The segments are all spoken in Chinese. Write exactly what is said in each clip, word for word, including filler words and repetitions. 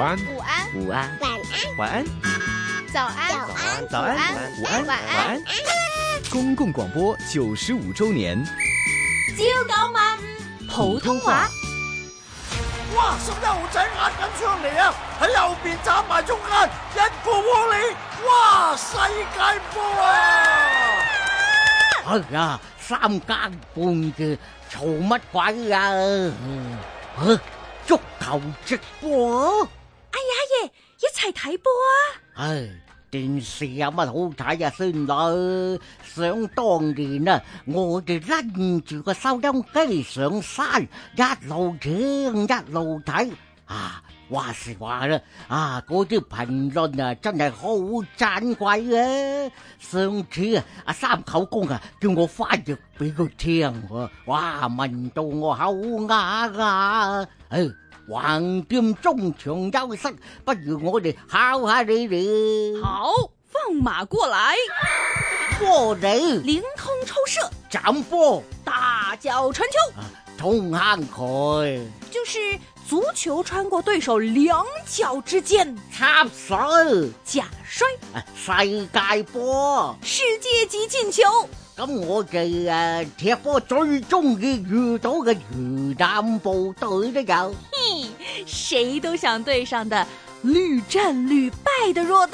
安， 午安， 午安， 晚安， 晚安， 早安， 早安， 早安，午安， 晚安。 晚安。 公共廣播九十五周年， 朝九晚五普通話。 哇！十一號仔壓緊上嚟啊！喺右邊斬埋中間，一個窩裏，哇！世界波啊！ 哎呀，三更半嘅嘈乜鬼啊？啊，足球直播？ 哎呀，阿爺，一齊睇波啊！ 唉，電視有乜好睇啊，孫女？想當年啊，我哋拎住個收音機上山，一路聽一路睇啊！話時話啦，啊嗰啲評論啊真係好盞鬼啊！上次啊，阿三舅公啊叫我翻譯俾佢聽喎，哇問到我口啞啞，唉，橫掂中場休息，不如我哋考下你哋。 好，放馬過來， 波你凌空抽射， 斬波， 大腳傳球， 啊通坑佢， 就是足球穿過對手兩腳之間， 插水假摔， 啊世界波， 世界級進球。 咁我哋誒踢波最中意遇到嘅魚腩部隊都有， 嘿，誰都想對上的屢戰屢敗的弱隊。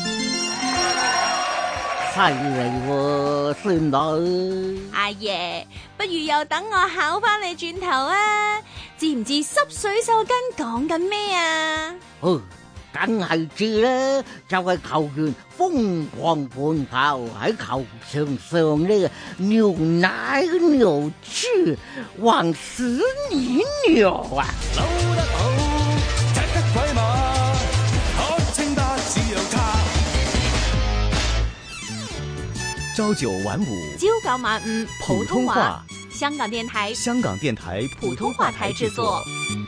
犀利喎，孫女。 阿爺，不如又等我考翻你轉頭啊！知唔知濕水手巾講緊咩啊？ 哦，梗係知啦，就係、是、球員瘋狂盤球喺球場上呢扭來扭去，往死你扭啊！ 扭得好，踢得鬼馬，可稱得只有他。 朝九晚五， 朝九晚五普通話，香港電台香港電台普通話台製作。